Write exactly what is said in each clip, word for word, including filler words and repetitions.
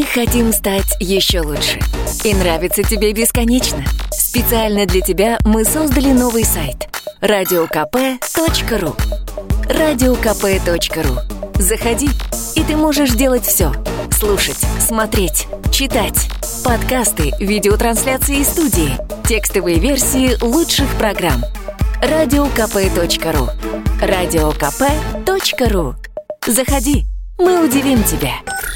Мы хотим стать еще лучше. И нравится тебе бесконечно. Специально для тебя мы создали новый сайт – радио ка пэ точка ру. радио ка пэ точка ру. Заходи, и ты можешь делать все. Слушать, смотреть, читать. Подкасты, видеотрансляции из студии, текстовые версии лучших программ. радио ка пэ точка ру. радио ка пэ точка ру. Заходи, мы удивим тебя.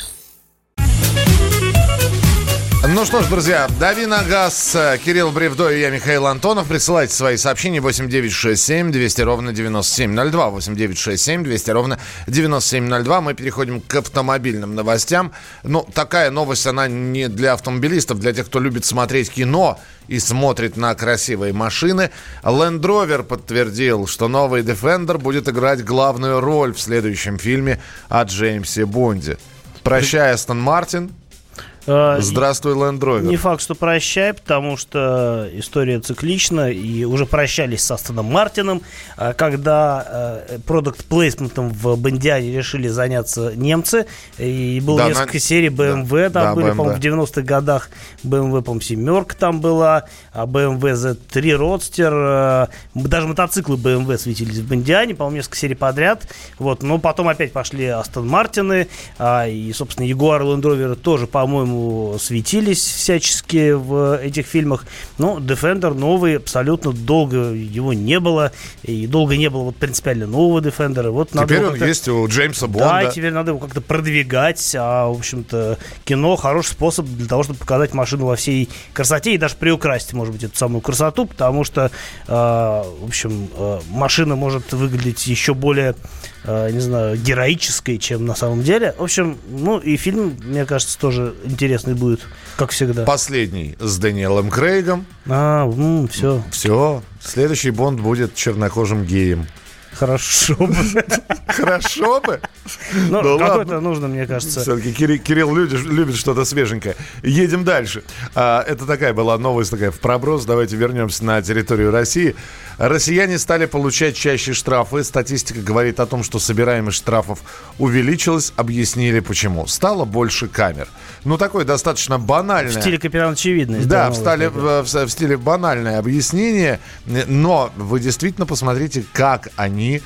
Ну что ж, друзья, дави на газ. Кирилл Бревдо и я, Михаил Антонов. Присылайте свои сообщения восемь девятьсот шестьдесят семь двести ровно девяносто семь ноль два. восемь девятьсот шестьдесят семь двести ровно девяносто семь ноль два. Мы переходим к автомобильным новостям. Ну, такая новость, она не для автомобилистов, для тех, кто любит смотреть кино и смотрит на красивые машины. Land Rover подтвердил, что новый Defender будет играть главную роль в следующем фильме о Джеймсе Бонде. Прощай, Астон Мартин. Здравствуй, Land Rover. Не факт, что прощай, потому что история циклична, и уже прощались с Астоном Мартином, когда продакт-плейсментом в Бондиане решили заняться немцы, и было да, несколько на... серий бэ эм вэ, да, там да, были, бэ эм вэ. По-моему, в девяностых годах бэ эм вэ, по-моему, семерка там была, бэ эм вэ зет три Roadster, даже мотоциклы бэ эм вэ светились в Бондиане, по-моему, несколько серий подряд, вот, но потом опять пошли Астон Мартины, и, собственно, Ягуар и Land Rover тоже, по-моему, светились всячески в этих фильмах. Но Defender новый, абсолютно долго его не было. И долго не было вот принципиально нового Defender. Вот теперь он есть у Джеймса Бонда. Да, и теперь надо его как-то продвигать. А, в общем-то, кино хороший способ для того, чтобы показать машину во всей красоте и даже приукрасить, может быть, эту самую красоту, потому что, э, в общем, э, машина может выглядеть еще более, э, не знаю, героической, чем на самом деле. В общем, ну и фильм, мне кажется, тоже интересный будет, как всегда. Последний с Дэниелом Крейгом. А, м, все. Все. Следующий Бонд будет чернокожим геем. Хорошо бы. Хорошо бы? Ну, какой-то нужно, мне кажется. Все-таки Кирилл любит что-то свеженькое. Едем дальше. Это такая была новость такая в проброс. Давайте вернемся на территорию России. Россияне стали получать чаще штрафы. Статистика говорит о том, что собираемость штрафов увеличилась. Объяснили почему. Стало больше камер. Ну, такое достаточно банальное. В стиле Капитан Очевидность. Да, в, стали, в, в, в стиле банальное объяснение. Но вы действительно посмотрите, как они...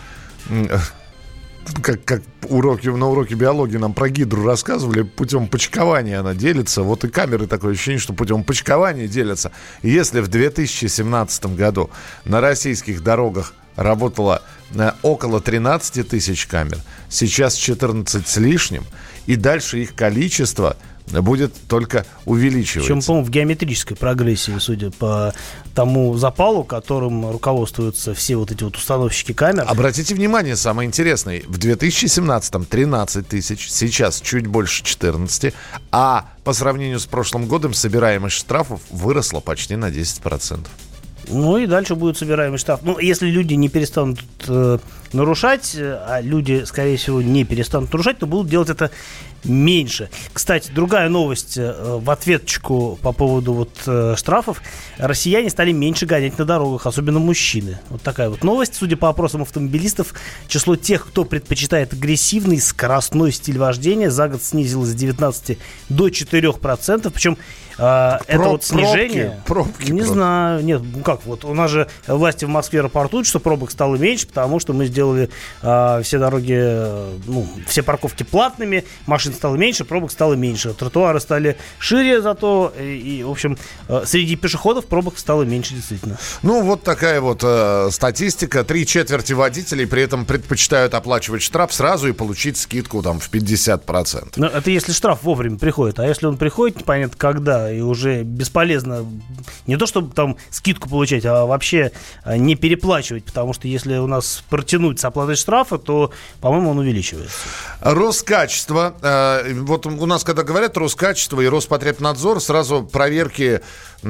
Как, как уроки, на уроке биологии нам про гидру рассказывали, путем почкования она делится. Вот и камеры такое ощущение, что путем почкования делятся. Если в две тысячи семнадцатом году на российских дорогах работало около тринадцать тысяч камер, сейчас четырнадцать с лишним, и дальше их количество будет только увеличиваться. Причем, по-моему, в геометрической прогрессии, судя по тому запалу, которым руководствуются все вот эти вот установщики камер. Обратите внимание, самое интересное, в две тысячи семнадцатом тринадцать тысяч, сейчас чуть больше четырнадцать, а по сравнению с прошлым годом собираемость штрафов выросла почти на десять процентов. Ну и дальше будет собираемый штраф. Ну, если люди не перестанут э, нарушать, а люди, скорее всего, не перестанут нарушать, то будут делать это меньше. Кстати, другая новость э, в ответочку по поводу вот, э, штрафов. Россияне стали меньше гонять на дорогах, особенно мужчины. Вот такая вот новость. Судя по опросам автомобилистов, число тех, кто предпочитает агрессивный скоростной стиль вождения, за год снизилось с девятнадцати до четырёх процентов. Причем э, это Проб, вот снижение... Пробки, пробки, не пробки. знаю. Нет, ну как вот. У нас же власти в Москве рапортуют, что пробок стало меньше, потому что мы сделали э, все дороги, э, ну, все парковки платными, машин стало меньше, пробок стало меньше. Тротуары стали шире зато, и, и в общем, э, среди пешеходов пробок стало меньше, действительно. Ну, вот такая вот э, статистика. Три четверти водителей при этом предпочитают оплачивать штраф сразу и получить скидку там в пятьдесят процентов. Но это если штраф вовремя приходит. А если он приходит, непонятно когда, и уже бесполезно не то, чтобы там скидку получать, а вообще не переплачивать. Потому что если у нас протянуть с оплатой штрафа, то, по-моему, он увеличивается. Роскачество. Э, вот у нас, когда говорят Роскачество и Роспотребнадзор, сразу проверки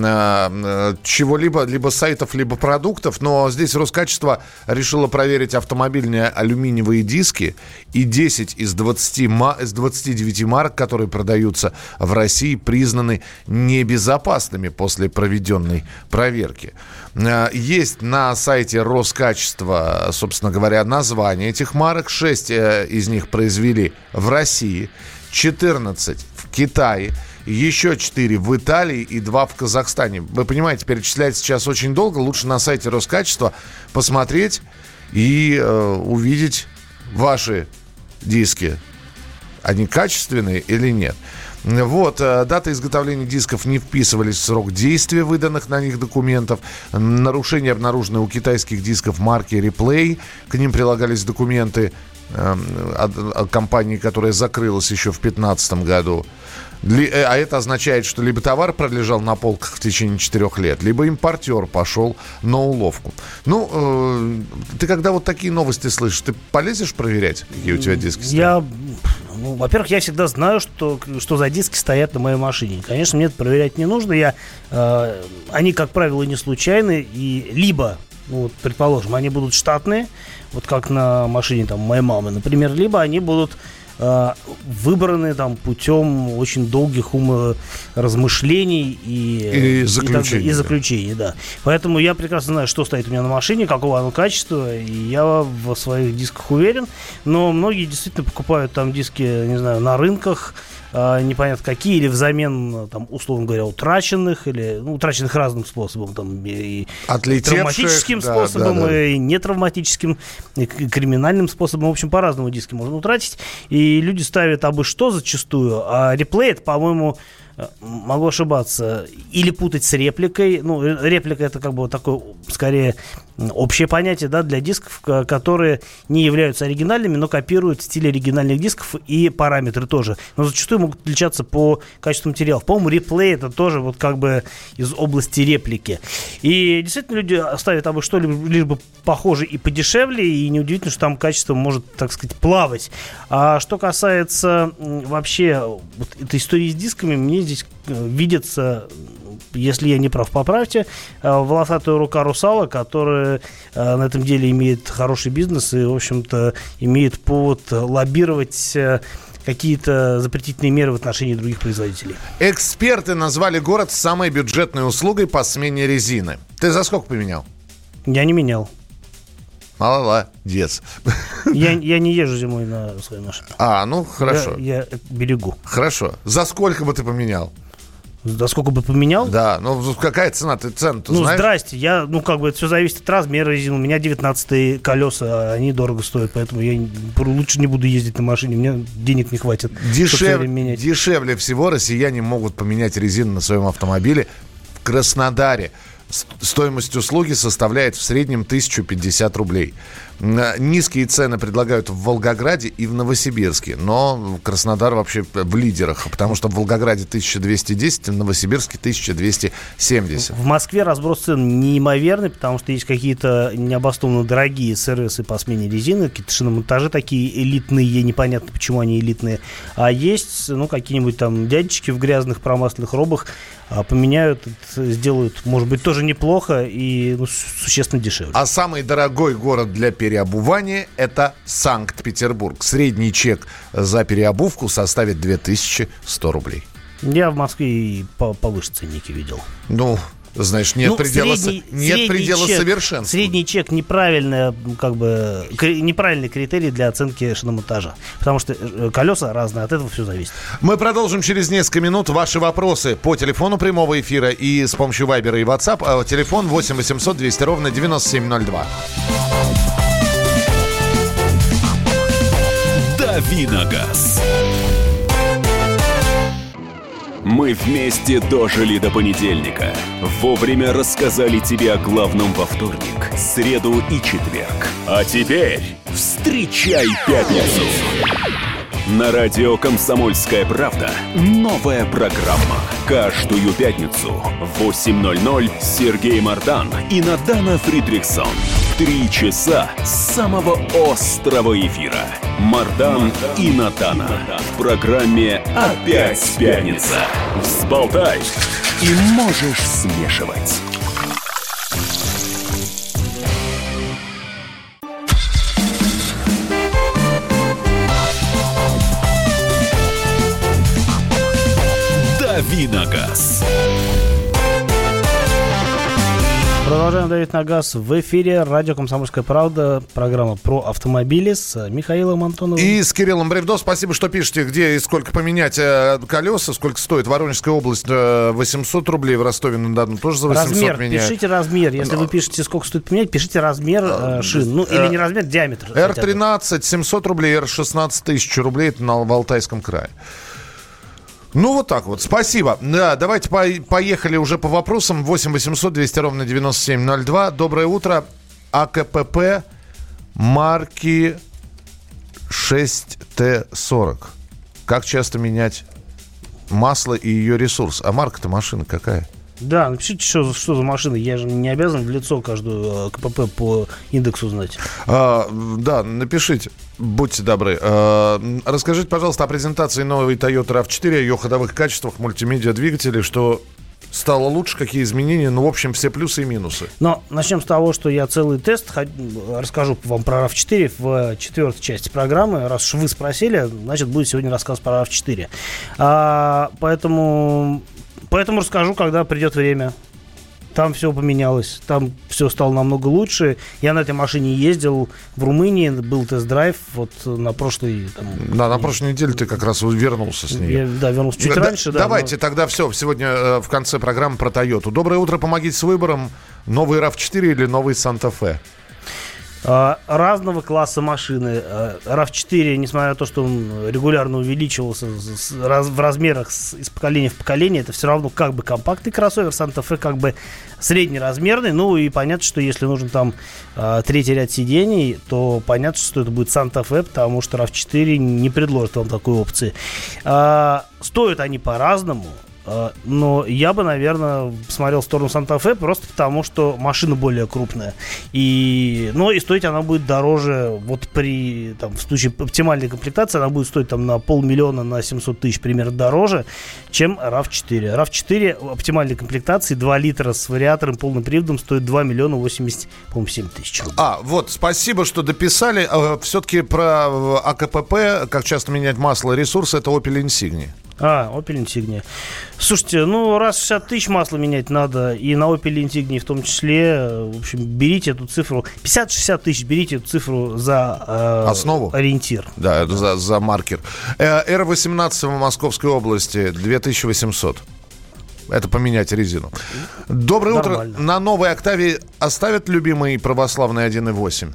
э, чего-либо, либо сайтов, либо продуктов. Но здесь Роскачество решило проверить автомобильные алюминиевые диски. И десять из двадцати, из двадцати девяти марок, которые продаются в России, признаны небезопасными после проведенной проверки. Есть на сайте Роскачества, собственно говоря, названия этих марок. Шесть из них произвели в России, четырнадцать в Китае, еще четыре в Италии и два в Казахстане. Вы понимаете, перечислять сейчас очень долго. Лучше на сайте Роскачества посмотреть и э, увидеть ваши диски. Они качественные или нет. Вот, даты изготовления дисков не вписывались в срок действия выданных на них документов. Нарушения обнаружены у китайских дисков марки Replay. К ним прилагались документы э, от, от компании, которая закрылась еще в две тысячи пятнадцатом году. А это означает, что либо товар пролежал на полках в течение четырех лет, либо импортер пошел на уловку. Ну, э, ты когда вот такие новости слышишь, ты полезешь проверять, какие у тебя диски стоят? Я, ну, во-первых, я всегда знаю, что, что за диски стоят на моей машине. Конечно, мне это проверять не нужно. Я, э, они, как правило, не случайны. И либо, ну, вот, предположим, они будут штатные, вот как на машине там, моей мамы, например, либо они будут выбраны там путем очень долгих уморазмышлений и, и заключений. И, и заключений, да. Поэтому я прекрасно знаю, что стоит у меня на машине, какого оно качества, и я в своих дисках уверен. Но многие действительно покупают там диски, не знаю, на рынках, непонятно какие, или взамен, там, условно говоря, утраченных, или ну, утраченных разным способом, там, и травматическим да, способом, да, да. и нетравматическим, и криминальным способом. В общем, по-разному диски можно утратить. И люди ставят абы что зачастую, а реплей, это, по-моему, могу ошибаться, или путать с репликой. Ну, реплика — это как бы вот такое, скорее, общее понятие, да, для дисков, которые не являются оригинальными, но копируют стиль оригинальных дисков и параметры тоже. Но зачастую могут отличаться по качеству материалов. По-моему, реплей — это тоже вот как бы из области реплики. И действительно люди ставят абы что, либо, либо похоже и подешевле, и неудивительно, что там качество может, так сказать, плавать. А что касается вообще вот этой истории с дисками, мне здесь видится, если я не прав, поправьте, волосатая рука русала, которая на этом деле имеет хороший бизнес и, в общем-то, имеет повод лоббировать какие-то запретительные меры в отношении других производителей. Эксперты назвали город самой бюджетной услугой по смене резины. Ты за сколько поменял? Я не менял. Молодец. Я, я не езжу зимой на своей машине. А, ну хорошо. Я, я берегу. Хорошо. За сколько бы ты поменял? За сколько бы поменял? Да, ну какая цена? Ты цену-то ну, знаешь? Ну, здрасте, я, ну, как бы, это все зависит от размера резины. У меня девятнадцатые колеса, они дорого стоят, поэтому я лучше не буду ездить на машине, мне денег не хватит. Дешев... Дешевле всего россияне могут поменять резину на своем автомобиле в Краснодаре. Стоимость услуги составляет в среднем тысяча пятьдесят рублей. Низкие цены предлагают в Волгограде и в Новосибирске. Но Краснодар вообще в лидерах, потому что в Волгограде тысяча двести десять, в Новосибирске тысяча двести семьдесят. В Москве разброс цен неимоверный, потому что есть какие-то необоснованно дорогие сервисы по смене резины, какие-то шиномонтажи такие элитные, непонятно, почему они элитные. А есть, ну, какие-нибудь там дядечки в грязных промасленных робах, поменяют, сделают, может быть, тоже неплохо и, ну, существенно дешевле. А самый дорогой город для переобувания – это Санкт-Петербург. Средний чек за переобувку составит две тысячи сто рублей. Я в Москве и повыше ценники видел. Ну, знаешь, нет ну, предела, средний, нет средний предела чек, совершенства. Средний чек неправильный, как бы, неправильный критерий для оценки шиномонтажа. Потому что колеса разные, от этого все зависит. Мы продолжим через несколько минут. Ваши вопросы по телефону прямого эфира и с помощью Вайбера и WhatsApp. Телефон восемь восемьсот двести ровно девяносто семь ноль два. Давиногаз. Мы вместе дожили до понедельника. Вовремя рассказали тебе о главном во вторник, среду и четверг. А теперь встречай пятницу. На радио «Комсомольская правда» новая программа. Каждую пятницу в восемь ноль ноль Сергей Мардан и Надана Фридрихсон. Три часа самого острого эфира. Мардан и Надана. В программе «Опять пятница». Взболтай и можешь смешивать. Продолжаем продолжаем давить на газ. В эфире радио «Комсомольская правда». Программа про автомобили с Михаилом Антоновым. И с Кириллом Бревдо. Спасибо, что пишете, где и сколько поменять э, колеса, сколько стоит. Воронежская область э, восемьсот рублей, в Ростове-на-Дону тоже за восемьсот размер, меняют. Пишите размер. Если вы пишете, сколько стоит поменять, пишите размер э, шин. Ну, или не размер, диаметр. эр тринадцать семьсот рублей, эр шестнадцать тысяча рублей. Это на, в Алтайском крае. Ну, вот так вот. Спасибо. Да, давайте по- поехали уже по вопросам. восемь восемьсот двести ровно девяносто семь ноль два. Доброе утро. АКПП марки шесть тэ сорок. Как часто менять масло и ее ресурс? А марка-то машины какая? Да, напишите, что, что за машина. Я же не обязан в лицо каждую КПП по индексу знать. А, да, напишите. Будьте добры. А, расскажите, пожалуйста, о презентации новой Toyota рав четыре, о ее ходовых качествах, мультимедиа двигателей, что стало лучше, какие изменения, ну, в общем, все плюсы и минусы. Но начнем с того, что я целый тест расскажу вам про рав четыре в четвертой части программы. Раз уж вы спросили, значит, будет сегодня рассказ про рав четыре. А, поэтому... Поэтому расскажу, когда придет время. Там все поменялось, там все стало намного лучше. Я на этой машине ездил в Румынии, был тест-драйв вот на прошлой... Там, да, на прошлой неделе ты как раз вернулся с ней. Я, да, вернулся чуть да, раньше. Да, давайте но... тогда все, сегодня э, в конце программы про Toyota. Доброе утро, помогите с выбором. Новый рав четыре или новый Санта-Фе? Разного класса машины. рав четыре, несмотря на то, что он регулярно увеличивался в размерах из поколения в поколение, это все равно как бы компактный кроссовер. Санта-Фе как бы среднеразмерный. Ну и понятно, что если нужен там третий ряд сидений, то понятно, что это будет Санта-Фе, потому что рав четыре не предложит вам такой опции. Стоят они по-разному. Но я бы, наверное, смотрел в сторону Санта-Фе просто потому, что машина более крупная. И, но и стоить она будет дороже. Вот при, там, в случае оптимальной комплектации она будет стоить там, на полмиллиона, на семьсот тысяч примерно дороже, чем рав четыре. рав четыре оптимальной комплектации два литра с вариатором полным приводом стоит два миллиона восемьдесят семь тысяч рублей. А, вот, спасибо, что дописали. Все-таки про АКПП, как часто менять масло и ресурсы, это Opel Insignia. А, Opel Insignia. Слушайте, ну, раз шестьдесят тысяч масла менять надо, и на Opel Insignia в том числе, в общем, берите эту цифру, пятьдесят-шестьдесят тысяч, берите эту цифру за э, основу, ориентир. Да, за, за маркер. эр восемнадцать в Московской области две тысячи восемьсот. Это поменять резину. Доброе Нормально. Утро. На новой Октавии оставят любимый православный один и восемь?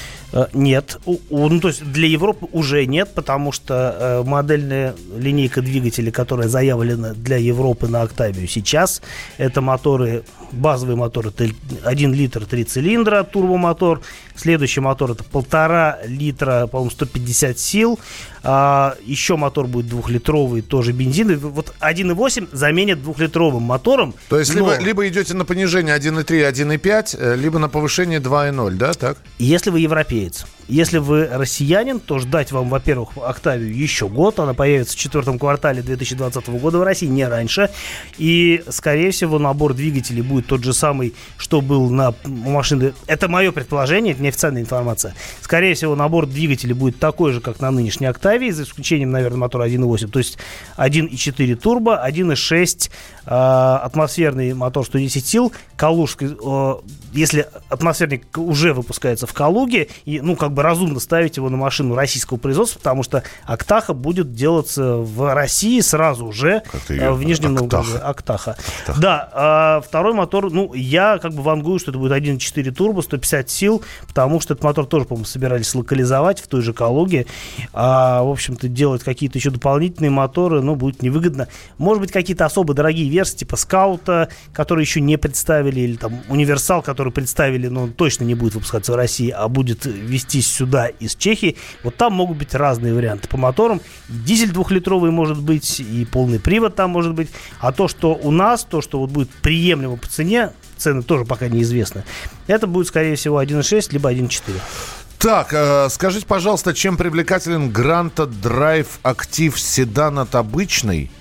Нет, ну, то есть для Европы уже нет, потому что э, модельная линейка двигателей, которая заявлена для Европы на Октавию сейчас, это моторы, базовый мотор, это один литр три цилиндра, турбомотор, следующий мотор это полтора литра, по-моему, сто пятьдесят сил, а, еще мотор будет двухлитровый, тоже бензиновый, вот один и восемь заменят двухлитровым мотором. То есть но... либо, либо идете на понижение один и три, один и пять, либо на повышение два и ноль, да, так? Если вы европеец. Если вы россиянин, то ждать вам, во-первых, Октавию еще год. Она появится в четвертом квартале две тысячи двадцатого года в России, не раньше. И, скорее всего, набор двигателей будет тот же самый, что был на машине. Это мое предположение, это неофициальная информация. Скорее всего, набор двигателей будет такой же, как на нынешней Октавии, за исключением, наверное, мотора один и восемь. То есть один и четыре турбо, один и шесть э, атмосферный мотор сто десять сил. Калужский, э, если атмосферник уже выпускается в Калуге, и, ну, как бы разумно ставить его на машину российского производства, потому что Актаха будет делаться в России сразу же, э, в Нижнем Новгороде. Актаха. Актаха. Да, э, второй мотор, ну, я как бы вангую, что это будет один и четыре турбо, сто пятьдесят сил, потому что этот мотор тоже, по-моему, собирались локализовать в той же Калуге. А, в общем-то, делать какие-то еще дополнительные моторы, ну, будет невыгодно. Может быть, какие-то особо дорогие версии, типа Скаута, которые еще не представили, или там Универсал, который представили, но он точно не будет выпускаться в России, а будет везтись сюда из Чехии. Вот там могут быть разные варианты по моторам. Дизель двухлитровый может быть, и полный привод там может быть. А то, что у нас, то, что вот будет приемлемо по цене, цены тоже пока неизвестны, это будет, скорее всего, один и шесть, либо один и четыре. Так, э, скажите, пожалуйста, чем привлекателен Гранта Драйв Актив седан от обычной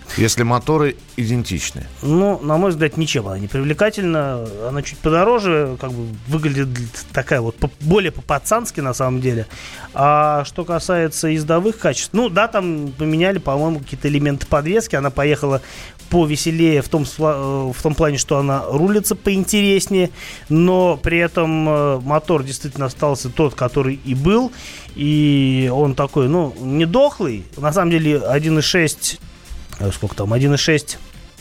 Если моторы идентичны? Ну, на мой взгляд, ничем она не привлекательна. Она чуть подороже, как бы выглядит такая вот более по-пацански на самом деле. А что касается ездовых качеств, ну да, там поменяли, по-моему, какие-то элементы подвески. Она поехала повеселее в том, в том плане, что она рулится поинтереснее, но при этом мотор действительно остался тот, который и был. И он такой, ну, не дохлый. На самом деле один и шесть... Сколько там? один и шесть,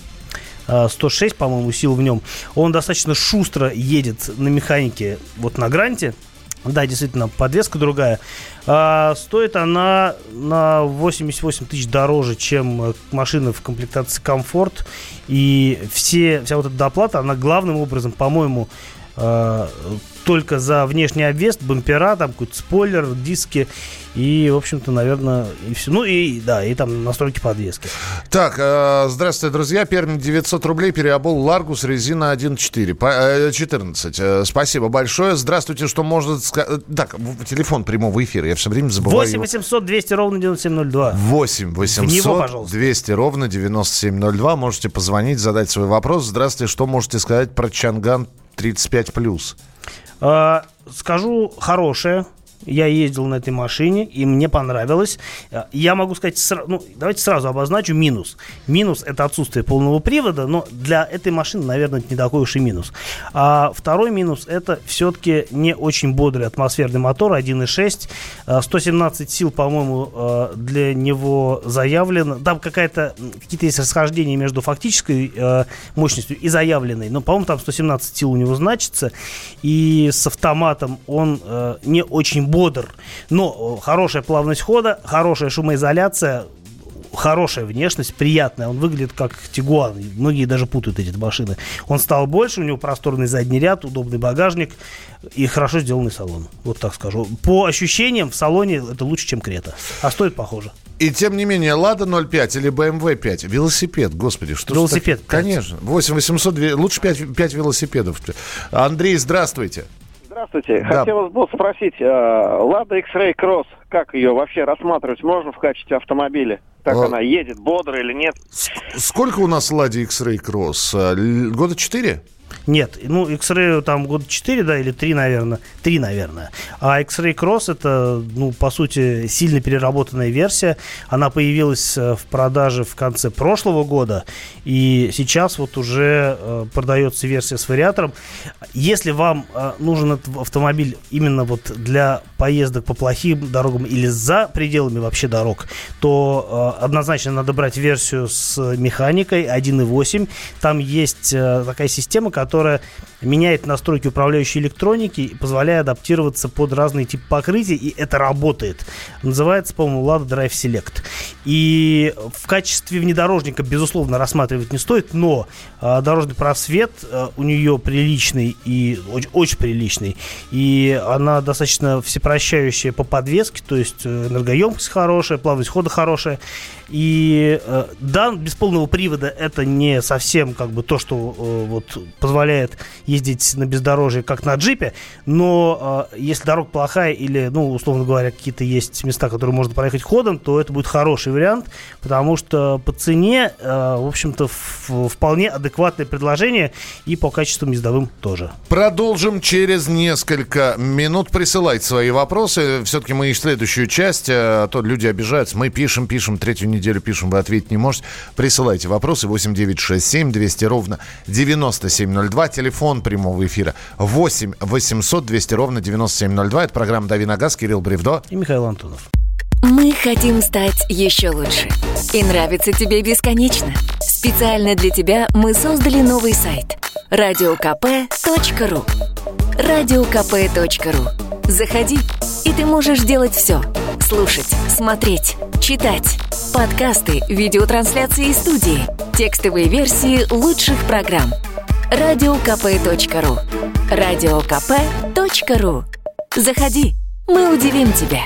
сто шесть, по-моему, сил в нем. Он достаточно шустро едет на механике, вот на Гранте. Да, действительно, подвеска другая. А, стоит она на восемьдесят восемь тысяч дороже, чем машина в комплектации «Комфорт». И все, вся вот эта доплата, она главным образом, по-моему, только за внешний обвес, бампера, там какой-то спойлер, диски и, в общем-то, наверное, и все. Ну и, да, и там настройки подвески. Так, э, здравствуйте, друзья. Пермь, девятьсот рублей, переобул Ларгус, резина один четыре, четырнадцать. Э, спасибо большое. Здравствуйте, что можно сказать... Так, телефон прямого эфира, я все время забываю. восемь восемьсот двести ровно девяносто семь ноль два. восемь восемьсот двести ровно девяносто семь ноль два. Можете позвонить, задать свой вопрос. Здравствуйте, что можете сказать про Чанган тридцать пять плюс? Э, скажу хорошее. Я ездил на этой машине, и мне понравилось. Я могу сказать, сра- ну, давайте сразу обозначу минус. Минус – это отсутствие полного привода, но для этой машины, наверное, это не такой уж и минус. А второй минус – это все-таки не очень бодрый атмосферный мотор, один и шесть. сто семнадцать сил, по-моему, для него заявлено. Там какая-то, какие-то есть расхождения между фактической мощностью и заявленной. Но, по-моему, там сто семнадцать сил у него значится. И с автоматом он не очень бодр, но хорошая плавность хода, хорошая шумоизоляция, хорошая внешность, приятная. Он выглядит как Тигуан. Многие даже путают эти машины. Он стал больше, у него просторный задний ряд, удобный багажник и хорошо сделанный салон. Вот так скажу. По ощущениям в салоне это лучше, чем Крета. А стоит похоже. И тем не менее, Лада ноль пять или бэ эм вэ пять. Велосипед, господи, что Велосипед. Так... Конечно. восемь восемьсот, лучше пять, пять велосипедов. Андрей, здравствуйте. Здравствуйте. Да. Хотелось бы спросить, Lada X-Ray Cross, как ее вообще рассматривать можно в качестве автомобиля? Как а... она едет, бодро или нет? Сколько у нас Lada X-Ray Cross? Года четыре? Нет, ну, X-Ray там года четыре, да, или три, наверное. три, наверное. А X-Ray Cross это, ну, по сути, сильно переработанная версия. Она появилась в продаже в конце прошлого года. И сейчас вот уже э, продается версия с вариатором. Если вам э, нужен этот автомобиль именно вот для поездок по плохим дорогам или за пределами вообще дорог, то э, однозначно надо брать версию с механикой один и восемь. Там есть э, такая система, которая меняет настройки управляющей электроники и позволяет адаптироваться под разные типы покрытия, и это работает. Называется, по-моему, Lada Drive Select. И в качестве внедорожника, безусловно, рассматривать не стоит, но э, дорожный просвет э, у нее приличный и очень, очень приличный, и она достаточно всепрощающая по подвеске, то есть энергоемкость хорошая, плавность хода хорошая. И э, да, без полного привода это не совсем как бы то, что э, вот позволяет ездить на бездорожье, как на джипе, но э, если дорога плохая или, ну, условно говоря, какие-то есть места, которые можно проехать ходом, то это будет хороший вариант, потому что по цене, э, в общем-то, в, вполне адекватное предложение и по качествам ездовым тоже. Продолжим через несколько минут. Присылайте свои вопросы. Все-таки мы и следующую часть, а то люди обижаются. Мы пишем, пишем, третью неделю неделю пишем, вы ответить не можете. Присылайте вопросы восемь девятьсот шестьдесят семь двести ровно девяносто семь ноль два. Телефон прямого эфира восемь восемьсот двести ровно девяносто семь ноль два. Это программа «Дави на газ», Кирилл Бревдо и Михаил Антонов. Мы хотим стать еще лучше. И нравится тебе бесконечно. Специально для тебя мы создали новый сайт радио ка пэ точка ру. радио ка пэ точка ру. Заходи, и ты можешь делать все. Слушать, смотреть, читать. Подкасты, видеотрансляции из студии. Текстовые версии лучших программ. радио ка пэ точка ру. радио ка пэ точка ру. Заходи, мы удивим тебя.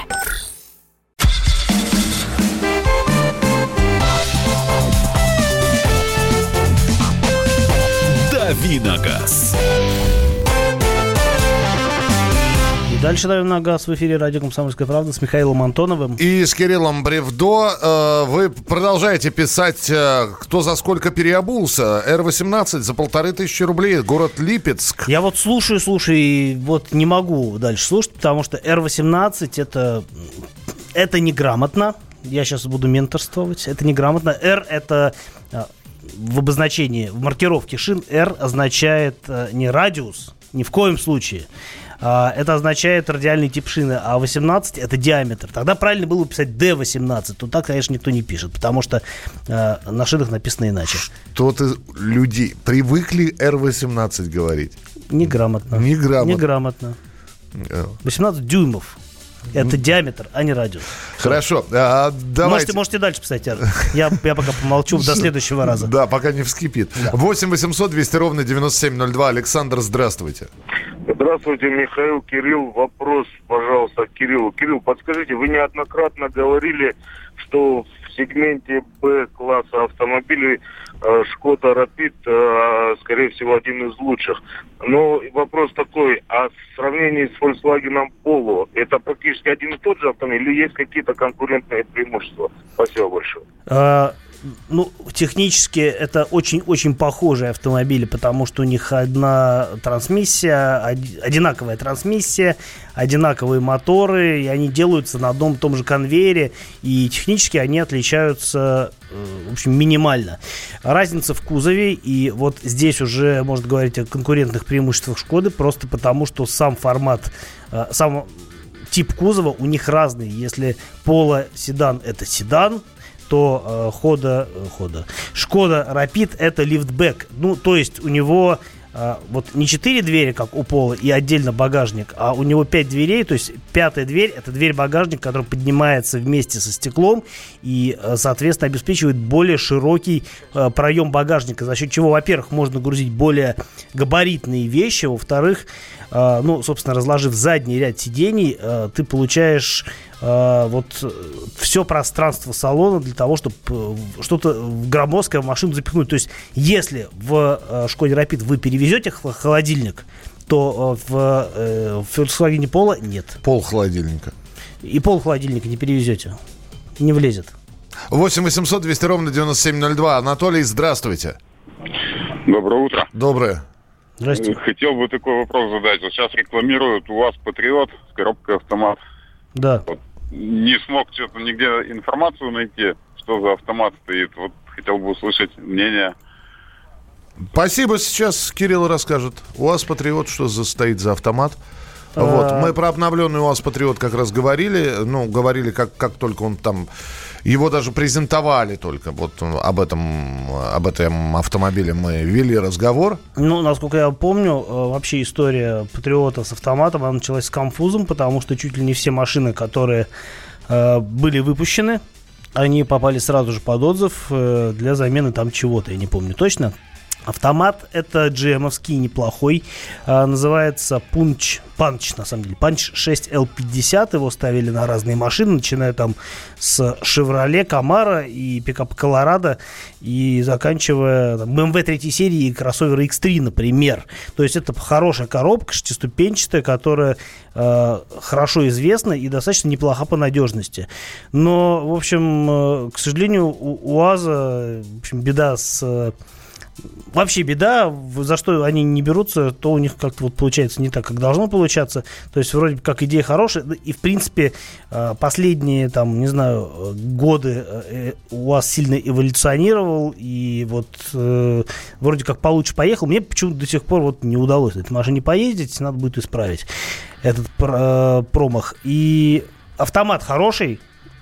«Дави на газ». дальше давим на газ в эфире радио «Комсомольская правда» с Михаилом Антоновым. И с Кириллом Бревдо. Э, вы продолжаете писать, э, кто за сколько переобулся. эр восемнадцать за полторы тысячи рублей, город Липецк. Я вот слушаю, слушаю, и вот не могу дальше слушать, потому что эр восемнадцать это, это неграмотно. Я сейчас буду менторствовать. Это неграмотно. R это в обозначении, в маркировке шин R означает не радиус, ни в коем случае. Это означает радиальный тип шины, а восемнадцать это диаметр. Тогда правильно было писать ди восемнадцать. То так, конечно, никто не пишет, потому что э, на шинах написано иначе. Что-то люди привыкли эр восемнадцать говорить. Неграмотно. Неграмотно. Неграмотно. восемнадцать дюймов. Это диаметр, а не радиус. Хорошо. А, давайте. Можете, можете дальше писать, Эр. Я, я пока помолчу до следующего раза. Да, пока не вскипит. Да. восемь восемьсот двести ровно девяносто семь ноль два. Александр, здравствуйте. Здравствуйте, Михаил, Кирилл. Вопрос, пожалуйста, к Кириллу. Кирилл, подскажите, вы неоднократно говорили, что в сегменте Б-класса автомобилей э, Шкода Рапид, э, скорее всего, один из лучших. Но вопрос такой, а в сравнении с Volkswagen Polo, это практически один и тот же автомобиль или есть какие-то конкурентные преимущества? Спасибо большое. А, ну, технически это очень-очень похожие автомобили, потому что у них одна трансмиссия, одинаковая трансмиссия, одинаковые моторы, и они делаются на одном и том же конвейере, и технически они отличаются, в общем, минимально. Разница в кузове, и вот здесь уже можно говорить о конкурентных преимуществах Шкоды, просто потому что сам формат, сам тип кузова у них разный. Если Polo седан — это седан, то э, хода, э, хода. Шкода Рапид — это лифтбэк. Ну, то есть у него э, вот не четыре двери, как у Polo, и отдельно багажник, а у него пять дверей, то есть пятая дверь — это дверь-багажник, который поднимается вместе со стеклом и, э, соответственно, обеспечивает более широкий э, проем багажника, за счет чего, во-первых, можно грузить более габаритные вещи, во-вторых, э, ну, собственно, разложив задний ряд сидений, э, ты получаешь вот все пространство салона для того, чтобы что-то громоздкое в машину запихнуть. То есть, если в Шкоде Рапид вы перевезете холодильник, то в, в Volkswagen Polo нет. Пол холодильника. И пол холодильника не перевезете. Не влезет. восемь восемьсот двести ровно девяносто семь ноль два. Анатолий, здравствуйте. Доброе утро. Доброе. Здравствуйте. Хотел бы такой вопрос задать. Вот сейчас рекламируют УАЗ Патриот с коробкой автомат. Да. Вот. Не смог что-то нигде информацию найти, что за автомат стоит. Вот хотел бы услышать мнение. Спасибо, сейчас Кирилл расскажет. УАЗ Патриот, что за, стоит за автомат. А... Вот. Мы про обновленный УАЗ Патриот как раз говорили. Ну, говорили, как, как только он там... Его даже презентовали только. Вот об этом, об этом автомобиле мы вели разговор. Ну, насколько я помню, вообще история Патриота с автоматом, она началась с конфузом, потому что чуть ли не все машины, которые э, были выпущены, они попали сразу же под отзыв э, для замены там чего-то, я не помню точно. Автомат это джи эм-овский, неплохой, а, называется Punch, Punch, на самом деле, Punch шесть эл пятьдесят, его ставили на разные машины, начиная там с Chevrolet Camaro и пикап Colorado и заканчивая там, бэ эм вэ третьей серии и кроссовер икс три, например. То есть это хорошая коробка, шестиступенчатая, которая э, хорошо известна и достаточно неплоха по надежности. Но, в общем, э, к сожалению, у УАЗа, в общем, беда с... Вообще беда, за что они не берутся, то у них как-то вот получается не так, как должно получаться. То есть вроде как идея хорошая. И, в принципе, последние, там, не знаю, годы УАЗ сильно эволюционировал. И вот вроде как получше поехал. Мне почему-то до сих пор вот не удалось на этой машине поездить. Надо будет исправить этот промах. И автомат хороший.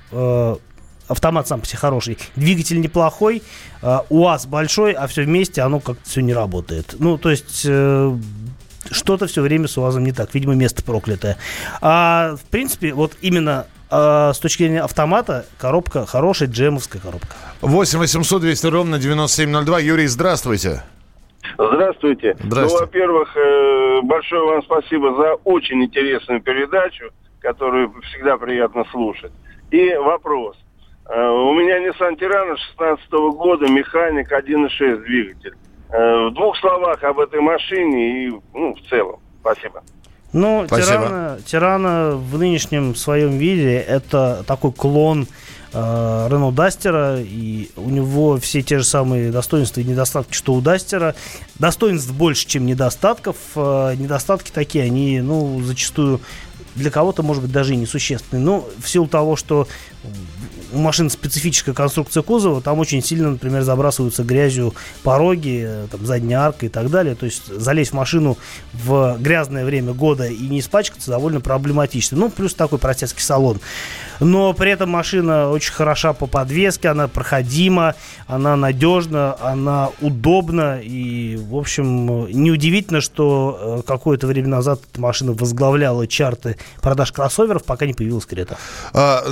Автомат сам по себе хороший, двигатель неплохой, э, УАЗ большой, а все вместе оно как-то все не работает. Ну, то есть э, что-то все время с УАЗом не так, видимо, место проклятое. А в принципе, вот именно э, с точки зрения автомата коробка хорошая, джемовская коробка. восемь восемьсот двести ровно девяносто семь ноль два. Юрий, здравствуйте. Здравствуйте. Здравствуйте. Ну, во-первых, э, большое вам спасибо за очень интересную передачу, которую всегда приятно слушать. И вопрос. У меня Nissan Terrano шестнадцатого года, механик один и шесть двигатель. В двух словах об этой машине и, ну, в целом. Спасибо. Ну, Тирана, Тирана в нынешнем своем виде это такой клон э, Рено Дастера, и у него все те же самые достоинства и недостатки, что у Дастера. Достоинств больше, чем недостатков. Э, недостатки такие, они, ну, зачастую для кого-то, может быть, даже и несущественные. Но в силу того, что у машин специфическая конструкция кузова, там очень сильно, например, забрасываются грязью пороги, там, задняя арка и так далее. То есть залезть в машину в грязное время года и не испачкаться довольно проблематично. Ну, плюс такой простецкий салон. Но при этом машина очень хороша по подвеске, она проходима, она надежна, она удобна. И, в общем, неудивительно, что какое-то время назад эта машина возглавляла чарты продаж кроссоверов, пока не появилась Крета. А,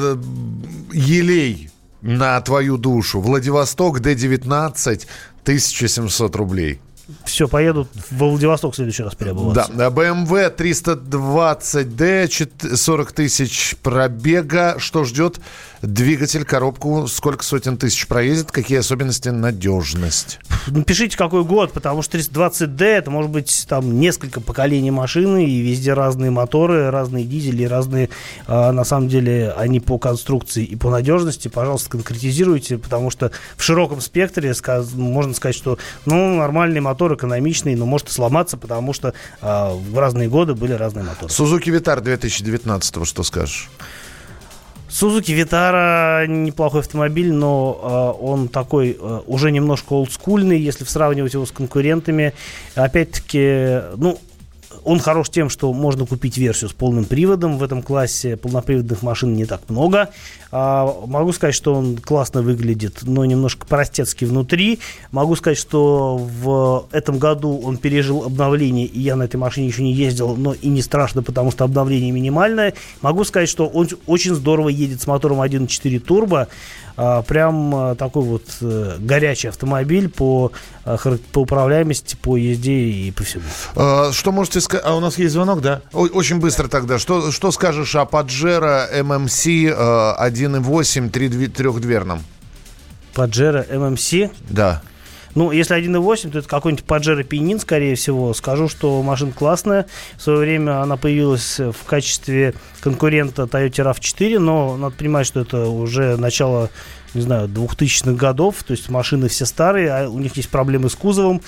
елей на твою душу. Владивосток, Д девятнадцать, тысяча семьсот рублей. Все, поеду во Владивосток в следующий раз переобуваться. Да, бэ эм вэ триста двадцать дэ, сорок тысяч пробега. Что ждет? Двигатель, коробку, сколько сотен тысяч проедет? Какие особенности? Надежность. Напишите, какой год, потому что триста двадцать дэ это может быть там несколько поколений машины, и везде разные моторы, разные дизели, разные, а, на самом деле, они по конструкции и по надежности. Пожалуйста, конкретизируйте, потому что в широком спектре сказ- можно сказать, что ну, нормальный мотор, экономичный, но может и сломаться, потому что а, в разные годы были разные моторы. Suzuki Vitara две тысячи девятнадцатого, что скажешь? Suzuki Vitara неплохой автомобиль, но э, он такой э, уже немножко олдскульный, если сравнивать его с конкурентами. Опять-таки, ну, он хорош тем, что можно купить версию с полным приводом. В этом классе полноприводных машин не так много. А, могу сказать, что он классно выглядит, но немножко простецки внутри. Могу сказать, что в этом году он пережил обновление, и я на этой машине еще не ездил, но и не страшно, потому что обновление минимальное. Могу сказать, что он очень здорово едет с мотором один и четыре турбо. А, прям такой вот а, горячий автомобиль по, а, по управляемости, по езде и по всему. А, что можете сказать? А у нас есть звонок, да? О, очень быстро тогда. Что, что скажешь о Паджеро эм эм си а, один и восемь трехдверном? Паджеро эм эм си? Да. Ну, если один и восемь, то это какой-нибудь Паджеро Пенин, скорее всего. Скажу, что машина классная. В свое время она появилась в качестве конкурента Toyota рав четыре, но надо понимать, что это уже начало, не знаю, двухтысячных годов, то есть машины все старые, а у них есть проблемы с кузовом.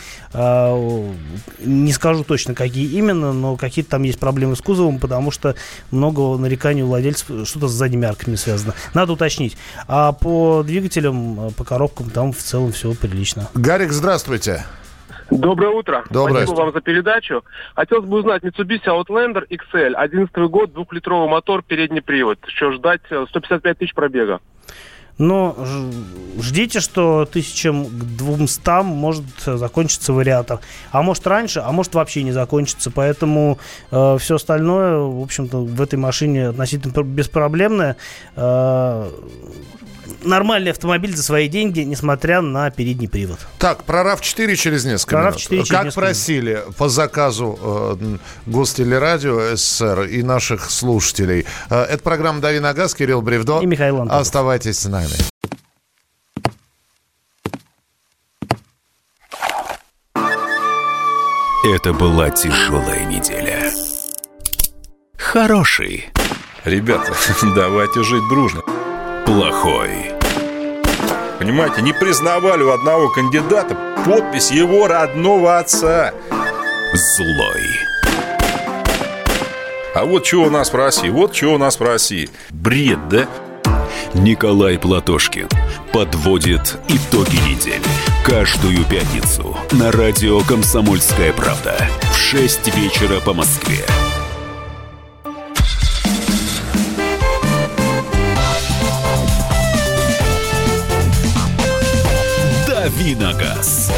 Не скажу точно, какие именно, но какие-то там есть проблемы с кузовом, потому что много нареканий у владельцев, что-то с задними арками связано. Надо уточнить. А по двигателям, по коробкам там в целом все прилично. Гарик, здравствуйте. Доброе утро. Доброе. Спасибо вам за передачу. Хотелось бы узнать, Mitsubishi Outlander икс эль, одиннадцатый год, двухлитровый мотор, передний привод. Что ждать? сто пятьдесят пять тысяч пробега. Но ждите, что тысячам к двумстам может закончиться вариатор. А может раньше, а может вообще не закончится. Поэтому э, все остальное, в общем-то, в этой машине относительно беспроблемное. Э, нормальный автомобиль за свои деньги, несмотря на передний привод. Так, про рав четыре через несколько про минут. рав четыре как несколько просили минут. По заказу э, Гостелерадио СССР и наших слушателей. Э, это программа «Дави на газ», Кирилл Бревдо. И Михаил Антонов. Оставайтесь с нами. Это была тяжелая неделя. Хороший. Ребята, давайте жить дружно. Плохой. Понимаете, не признавали у одного кандидата подпись его родного отца. Злой. А вот что у нас в России, вот что у нас в России. Бред, да? Николай Платошкин подводит итоги недели. Каждую пятницу на радио «Комсомольская правда» в шесть вечера по Москве. «Дави на газ».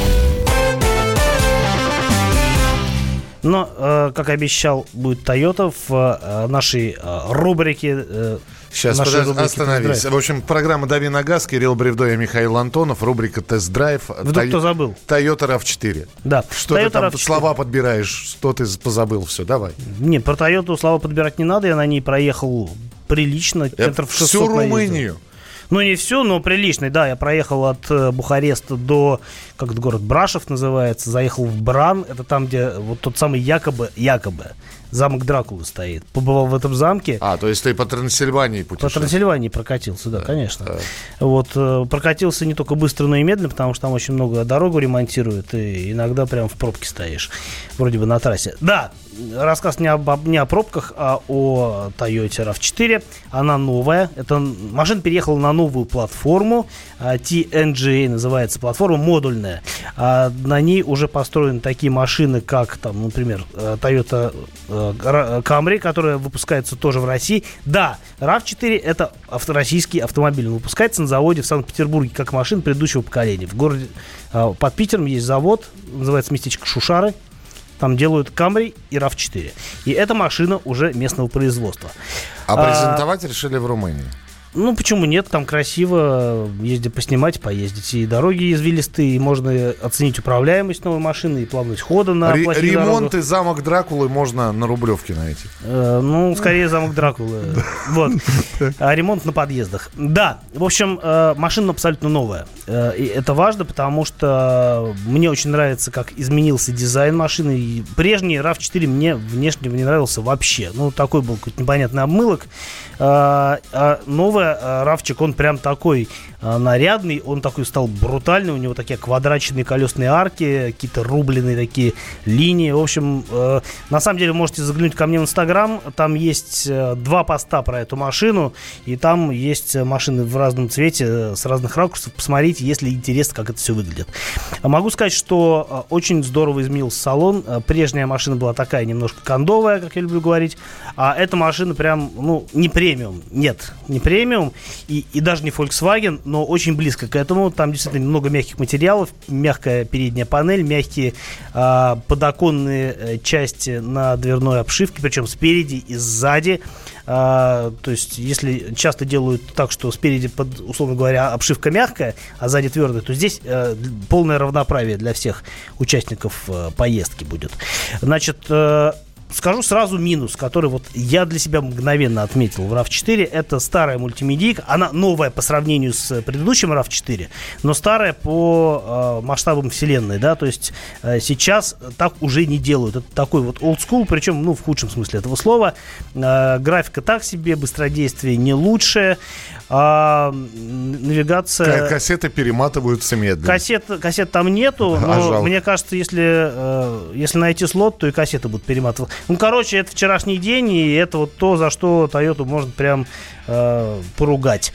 Но, э, как обещал, будет Toyota в э, нашей э, рубрике. Э, Сейчас, нашей подожди, рубрике остановись. «Тест-драйв». В общем, программа «Дави на газ», Кирилл Бревдо и Михаил Антонов, рубрика «Тест-драйв». Вдруг Тай... кто забыл? Toyota рав четыре. Да. Что Toyota ты там рав четыре. слова подбираешь, что ты позабыл, все, давай. Не, про Toyota слова подбирать не надо, я на ней проехал прилично, метров шестьсот Всю наездил. Румынию. Ну, не всю, но приличный, да. Я проехал от э, Бухареста до, как это город, Брашов называется, заехал в Бран. Это там, где вот тот самый якобы, якобы замок Дракулы стоит. Побывал в этом замке. А, то есть ты по Трансильвании путешествовал? По Трансильвании прокатился, да, да конечно. Да. Вот, прокатился не только быстро, но и медленно, потому что там очень много дорогу ремонтируют, и иногда прям в пробке стоишь, вроде бы на трассе. Да, рассказ не, об, не о пробках, а о Toyota рав четыре. Она новая. Это, машина переехала на новую платформу. ти эн джи эй называется платформа, модульная. А на ней уже построены такие машины, как, там, например, Toyota Camry, которая выпускается тоже в России. Да, рав четыре это авто, российский автомобиль. Он выпускается на заводе в Санкт-Петербурге как машина предыдущего поколения. В городе, под Питером есть завод, называется местечко Шушары. Там делают Camry и рав четыре. И эта машина уже местного производства. А презентовать а, решили в Румынии? Ну, почему нет? Там красиво. Ездить поснимать, поездить. И дороги извилистые, и можно оценить управляемость новой машины, и плавность хода на Ре- плохих Ремонт дорогах. И замок Дракулы можно на Рублевке найти. Э, ну, скорее замок Дракулы. Вот. А ремонт на подъездах. Да, в общем, э, машина абсолютно новая. Э, и это важно, потому что мне очень нравится, как изменился дизайн машины. И прежний рав четыре мне внешне не нравился вообще. Ну, такой был какой-то непонятный обмылок. А, а новый равчик, он прям такой а, нарядный, он такой стал брутальный, у него такие квадратные колесные арки, какие-то рубленые такие линии. В общем, э, на самом деле можете заглянуть ко мне в Инстаграм, там есть э, два поста про эту машину, и там есть машины в разном цвете, с разных ракурсов. Посмотрите, если интересно, как это все выглядит. Могу сказать, что э, очень здорово изменился салон. Прежняя машина была такая немножко кондовая, как я люблю говорить, а эта машина прям, ну, не премиум, нет, не премиум, и, и даже не Volkswagen, но очень близко к этому. Там действительно много мягких материалов, мягкая передняя панель, мягкие э, подоконные э, части на дверной обшивке, причем спереди и сзади. Uh, то есть, если часто делают так, что спереди, под, условно говоря, обшивка мягкая, а сзади твердая, то здесь uh, полное равноправие для всех участников uh, поездки будет. Значит, uh, скажу сразу минус, который вот я для себя мгновенно отметил в рав четыре. Это старая мультимедийка. Она новая по сравнению с предыдущим рав четыре, но старая по э, масштабам вселенной, да, то есть э, сейчас так уже не делают. Это такой вот old school, причем, ну, в худшем смысле этого слова. Э, графика так себе, быстродействие не лучшее. А навигация... Кассеты перематываются медленно. Кассет, кассет там нету, но а мне кажется, если, э, если найти слот, то и кассеты будут перематываться. Ну, короче, это вчерашний день, и это вот то, за что Toyota можно прям э, поругать.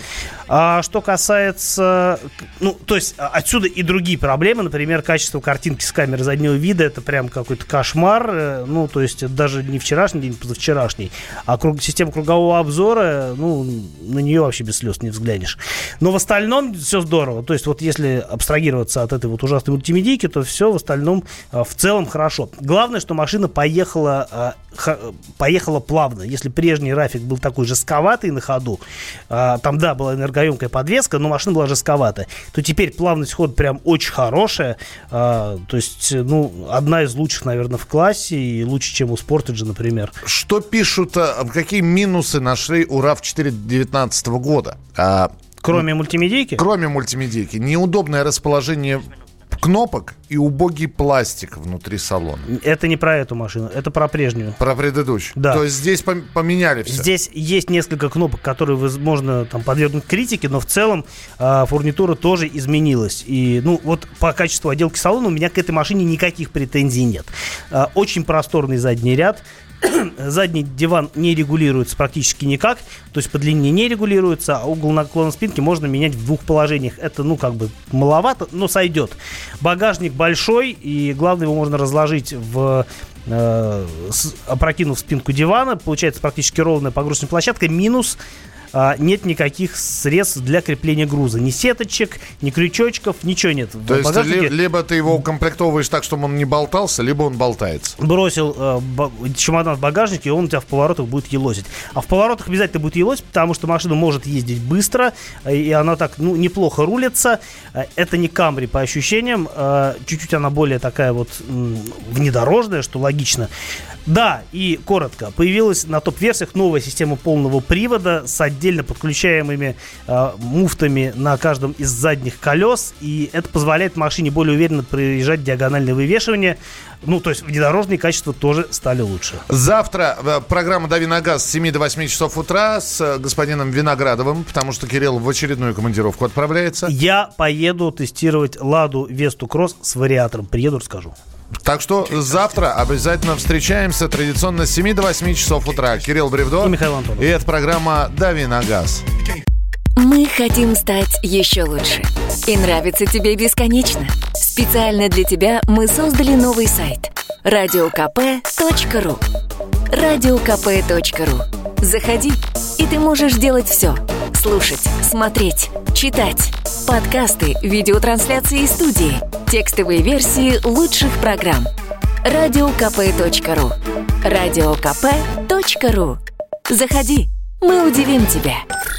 А что касается... Ну, то есть отсюда и другие проблемы. Например, качество картинки с камеры заднего вида. Это прям какой-то кошмар. Э, ну, то есть это даже не вчерашний день, позавчерашний. А круг, система кругового обзора, ну, на нее вообще без слез не взглянешь. Но в остальном все здорово. То есть вот если абстрагироваться от этой вот ужасной мультимедийки, то все в остальном э, в целом хорошо. Главное, что машина поехала, э, х, поехала плавно. Если прежний рафик был такой жестковатый на ходу, э, там, да, была энергоемкая подвеска, но машина была жестковатая, то теперь плавность хода прям очень хорошая. Э, то есть, ну, одна из лучших, наверное, в классе и лучше, чем у Sportage, например. Что пишут, какие минусы нашли у рав четыре девятнадцатого года? А, кроме мультимедийки? Кроме мультимедийки. Неудобное расположение кнопок и убогий пластик внутри салона. Это не про эту машину, это про прежнюю. Про предыдущую. Да. То есть здесь поменяли все. Здесь есть несколько кнопок, которые можно там подвергнуть критике, но в целом э, фурнитура тоже изменилась. И, ну, вот по качеству отделки салона у меня к этой машине никаких претензий нет. Э, очень просторный задний ряд. Задний диван не регулируется практически никак, то есть по длине не регулируется, а угол наклона спинки можно менять в двух положениях. Это, ну, как бы маловато, но сойдет. Багажник большой, и главное, его можно разложить в... Э, с, опрокинув спинку дивана. Получается практически ровная погрузочная площадка. Минус: а, нет никаких средств для крепления груза. Ни сеточек, ни крючочков, ничего нет. То есть ли, либо ты его укомплектовываешь так, чтобы он не болтался, либо он болтается. Бросил э, б- чемодан в багажнике, и он у тебя в поворотах будет елозить. А в поворотах обязательно будет елозить, потому что машина может ездить быстро, и она так, ну, неплохо рулится. Это не Camry по ощущениям. Э, чуть-чуть она более такая вот м- внедорожная, что логично. Да, и коротко. Появилась на топ-версиях новая система полного привода с отдельно подключаемыми э, муфтами на каждом из задних колес. И это позволяет машине более уверенно проезжать диагональное вывешивание. Ну, то есть внедорожные качества тоже стали лучше. Завтра э, программа «Дави на газ» с семи до восьми часов утра с э, господином Виноградовым, потому что Кирилл в очередную командировку отправляется. Я поеду тестировать «Ладу Весту Кросс» с вариатором. Приеду, расскажу. Так что завтра обязательно встречаемся традиционно с семи до восьми часов утра. Кирилл Бревдо и Михаил Антонов. И это программа «Дави на газ». Мы хотим стать еще лучше. И нравится тебе бесконечно. Специально для тебя мы создали новый сайт радио ка пэ точка ру. радио ка пэ точка ру. Заходи, и ты можешь делать все. Слушать, смотреть, читать. Подкасты, видеотрансляции из студии. Текстовые версии лучших программ. радио ка пэ точка ру. радио ка пэ точка ру. Заходи, мы удивим тебя.